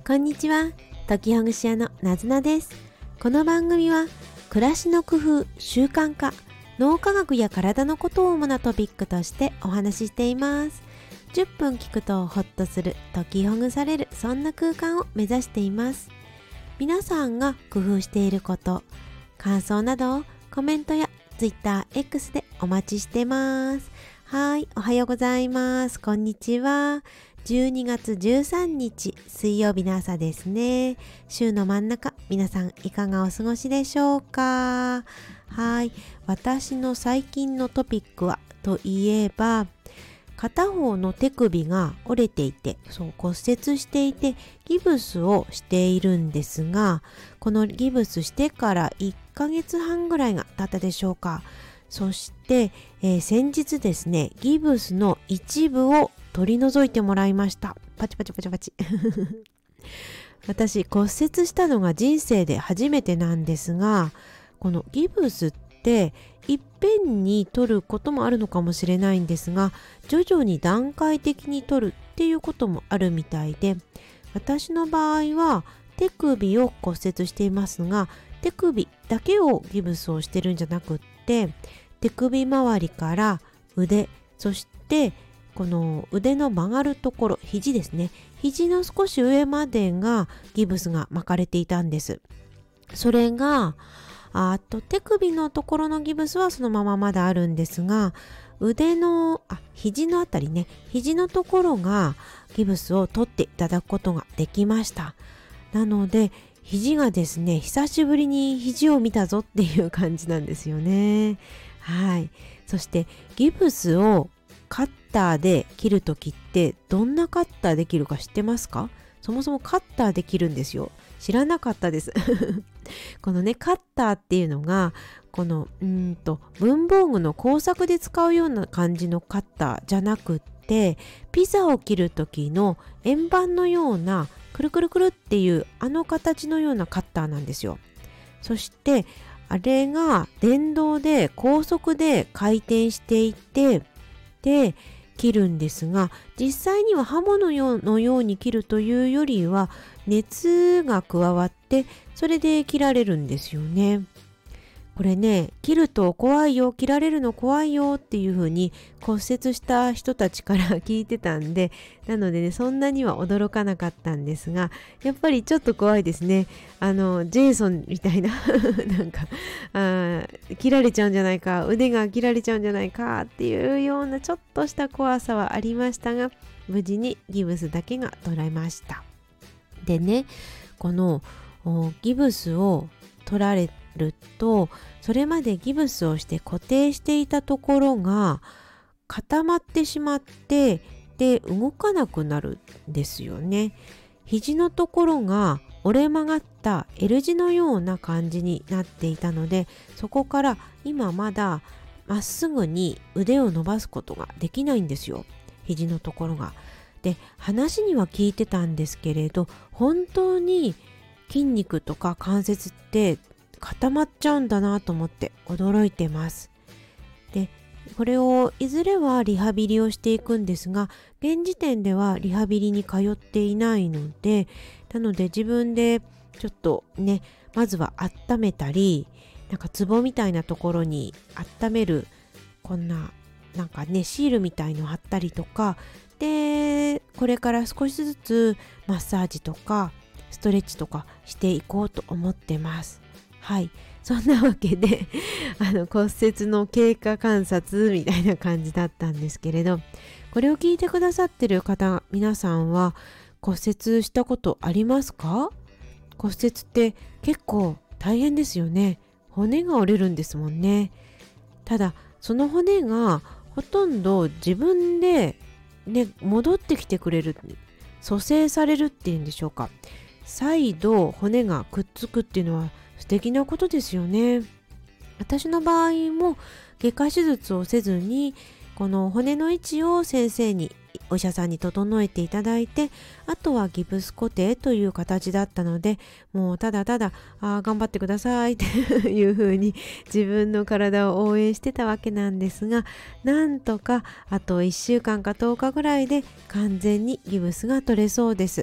こんにちは、解きほぐし屋のなずなです。この番組は暮らしの工夫、習慣化、脳科学や体のことを主なトピックとしてお話ししています。10分聞くとホッとする、解きほぐされる、そんな空間を目指しています。皆さんが工夫していること、感想などをコメントや Twitter、X でお待ちしてます。はい、おはようございます。こんにちは。12月13日水曜日の朝ですね。週の真ん中、皆さんいかがお過ごしでしょうか。はい、私の最近のトピックはといえば、片方の手首が折れていて、骨折していてギブスをしているんですが、このギブスしてから1ヶ月半ぐらいが経ったでしょうか。そして、先日ですね、ギブスの一部を取り除いてもらいました。パチパチパチパチ私骨折したのが人生で初めてなんですが、このギブスっていっぺんに取ることもあるのかもしれないんですが、徐々に段階的に取るっていうこともあるみたいで、私の場合は手首を骨折していますが、手首だけをギブスをしてるんじゃなくって、手首周りから腕、そしてこの腕の曲がるところ、肘ですね、肘の少し上までがギブスが巻かれていたんです。それが手首のところのギブスはそのまままだあるんですが、肘のあたりね、肘のところがギブスを取っていただくことができました。なので肘がですね、久しぶりに肘を見たぞっていう感じなんですよね。はい。そしてギブスをカッターで切るときってどんなカッターで切るか知ってますか？そもそもカッターで切るんですよ。知らなかったですこのね、カッターっていうのがこの文房具の工作で使うような感じのカッターじゃなくって、ピザを切る時の円盤のようなくるくるくるっていう形のようなカッターなんですよ。そしてあれが電動で高速で回転していて、で切るんですが、実際には刃物のように切るというよりは熱が加わってそれで切られるんですよね。これね、切ると怖いよ、切られるの怖いよっていう風に骨折した人たちから聞いてたんで、なのでね、そんなには驚かなかったんですが、やっぱりちょっと怖いですね。ジェイソンみたいななんか切られちゃうんじゃないか、腕が切られちゃうんじゃないかっていうようなちょっとした怖さはありましたが、無事にギブスだけが取られました。でね、このギブスを取られると、それまでギブスをして固定していたところが固まってしまって、で動かなくなるんですよね。肘のところが折れ曲がった L 字のような感じになっていたので、そこから今まだまっすぐに腕を伸ばすことができないんですよ、肘のところが。で、話には聞いてたんですけれど、本当に筋肉とか関節って固まっちゃうんだなと思って驚いてます。で、これをいずれはリハビリをしていくんですが、現時点ではリハビリに通っていないので、なので自分でちょっとね、まずは温めたり、なんかツボみたいなところに温めるこんななんかね、シールみたいの貼ったりとかで、これから少しずつマッサージとかストレッチとかしていこうと思ってます。はい、そんなわけで骨折の経過観察みたいな感じだったんですけれど、これを聞いてくださってる方、皆さんは骨折したことありますか？骨折って結構大変ですよね。骨が折れるんですもんね。ただその骨がほとんど自分でね、戻ってきてくれる、蘇生されるっていうんでしょうか。再度骨がくっつくっていうのは素敵なことですよね。私の場合も外科手術をせずに、この骨の位置を先生に、お医者さんに整えていただいて、あとはギブス固定という形だったので、もうただただ頑張ってくださいっていう風に自分の体を応援してたわけなんですが、なんとかあと1週間か10日ぐらいで完全にギブスが取れそうです。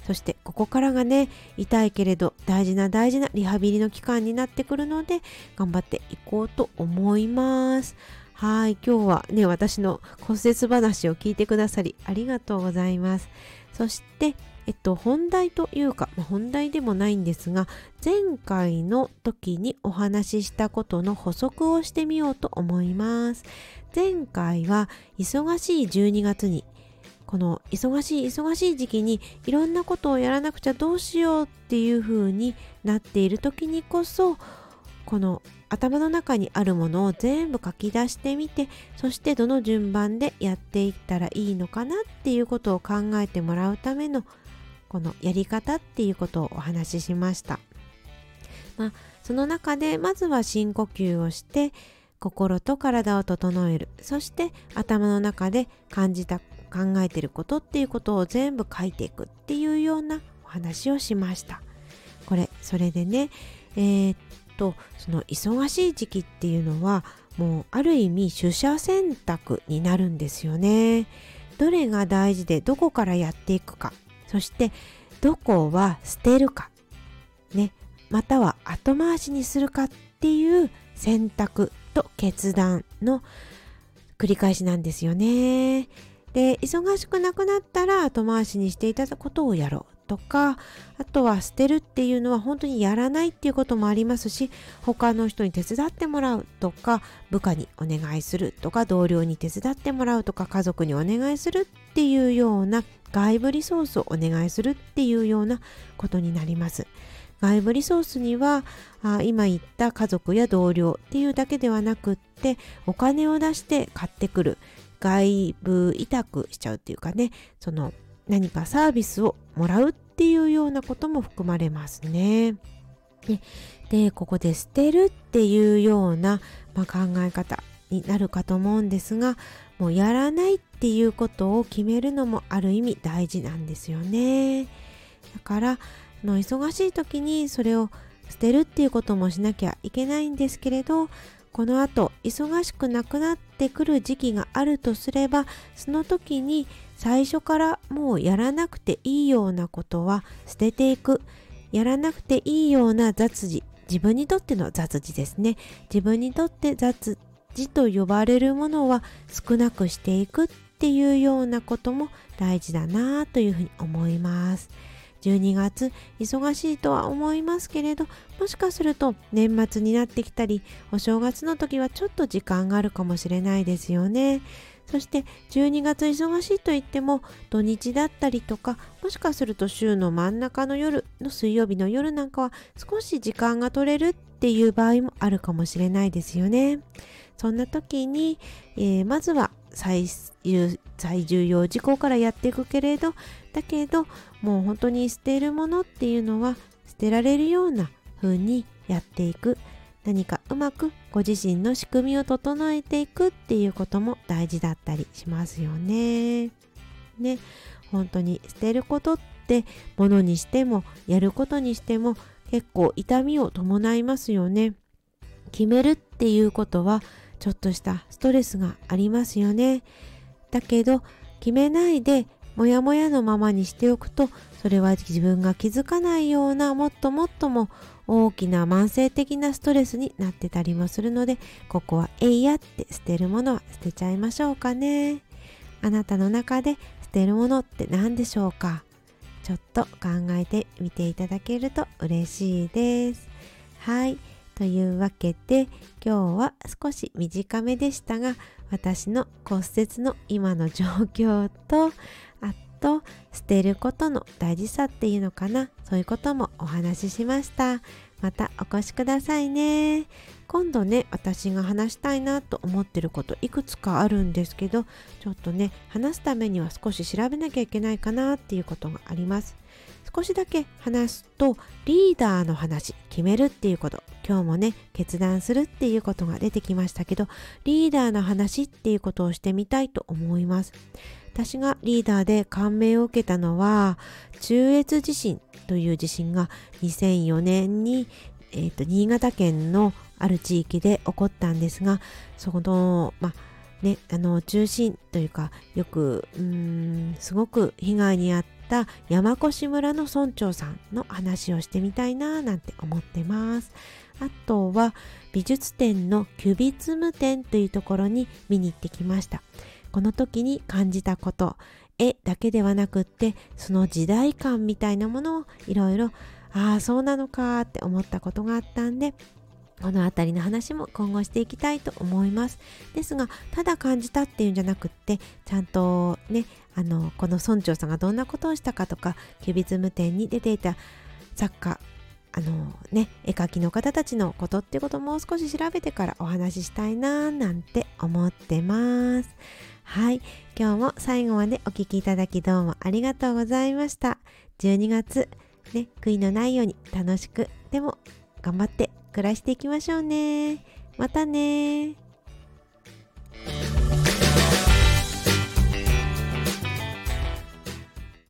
そしてここからがね、痛いけれど大事なリハビリの期間になってくるので、頑張っていこうと思います。はい、今日はね、私の骨折話を聞いてくださりありがとうございます。そして本題というか、本題でもないんですが、前回の時にお話ししたことの補足をしてみようと思います。前回は忙しい12月に、この忙しい時期にいろんなことをやらなくちゃどうしようっていう風になっている時にこそ、この頭の中にあるものを全部書き出してみて、そしてどの順番でやっていったらいいのかなっていうことを考えてもらうためのこのやり方っていうことをお話ししました。その中でまずは深呼吸をして心と体を整える。そして頭の中で考えていることっていうことを全部書いていくっていうようなお話をしました。それでね、その忙しい時期っていうのはもうある意味取捨選択になるんですよね。どれが大事でどこからやっていくか、そしてどこは捨てるか、ね、または後回しにするかっていう選択と決断の繰り返しなんですよね。で、忙しくなくなったら後回しにしていたことをやろうとか、あとは捨てるっていうのは本当にやらないっていうこともありますし、他の人に手伝ってもらうとか、部下にお願いするとか、同僚に手伝ってもらうとか、家族にお願いするっていうような外部リソースをお願いするっていうようなことになります。外部リソースには今言った家族や同僚っていうだけではなくって、お金を出して買ってくる、外部委託しちゃうっていうかね、その何かサービスをもらうっていうようなことも含まれますね。で、ここで捨てるっていうような、考え方になるかと思うんですが、もうやらないっていうことを決めるのもある意味大事なんですよね。だから忙しい時にそれを捨てるっていうこともしなきゃいけないんですけれど、この後忙しくなくなってくる時期があるとすれば、その時に最初からもうやらなくていいようなことは捨てていく。やらなくていいような雑事、自分にとっての雑事ですね。自分にとって雑事と呼ばれるものは少なくしていくっていうようなことも大事だなというふうに思います。12月忙しいとは思いますけれど、もしかすると年末になってきたり、お正月の時はちょっと時間があるかもしれないですよね。そして12月忙しいといっても土日だったりとか、もしかすると週の真ん中の夜の水曜日の夜なんかは少し時間が取れるっていう場合もあるかもしれないですよね。そんな時に、まずは最重要事項からやっていくけれど、だけどもう本当に捨てるものっていうのは捨てられるような風にやっていく。何かうまくご自身の仕組みを整えていくっていうことも大事だったりしますよね。本当に捨てることってものにしてもやることにしても結構痛みを伴いますよね。決めるっていうことはちょっとしたストレスがありますよね。だけど決めないでもやもやのままにしておくと、それは自分が気づかないようなもっとも大きな慢性的なストレスになってたりもするので、ここはやって捨てるものは捨てちゃいましょうかね。あなたの中で捨てるものって何でしょうか。ちょっと考えてみていただけると嬉しいです。はい、というわけで今日は少し短めでしたが、私の骨折の今の状況と、あと捨てることの大事さっていうのかな、そういうこともお話ししました。またお越しくださいね。今度ね、私が話したいなと思ってることいくつかあるんですけど、ちょっとね、話すためには少し調べなきゃいけないかなっていうことがあります。少しだけ話すと、リーダーの話、決めるっていうこと、今日もね、決断するっていうことが出てきましたけど、リーダーの話っていうことをしてみたいと思います。私がリーダーで感銘を受けたのは、中越地震という地震が2004年に、新潟県のある地域で起こったんですが、その中心というか、よくすごく被害に遭ったた山古村の村長さんの話をしてみたいななんて思ってます。あとは美術展のキュビツム展というところに見に行ってきました。この時に感じたこと、絵だけではなくってその時代感みたいなものをいろいろそうなのかって思ったことがあったんで、このあたりの話も今後していきたいと思います。ですがただ感じたっていうんじゃなくって、ちゃんとねこの村長さんがどんなことをしたかとか、キュビズム展に出ていた作家絵描きの方たちのことっていうことをもう少し調べてからお話ししたいななんて思ってます。はい、今日も最後までお聞きいただきどうもありがとうございました。12月悔いのないように楽しくでも頑張って暮らしていきましょうね。またね。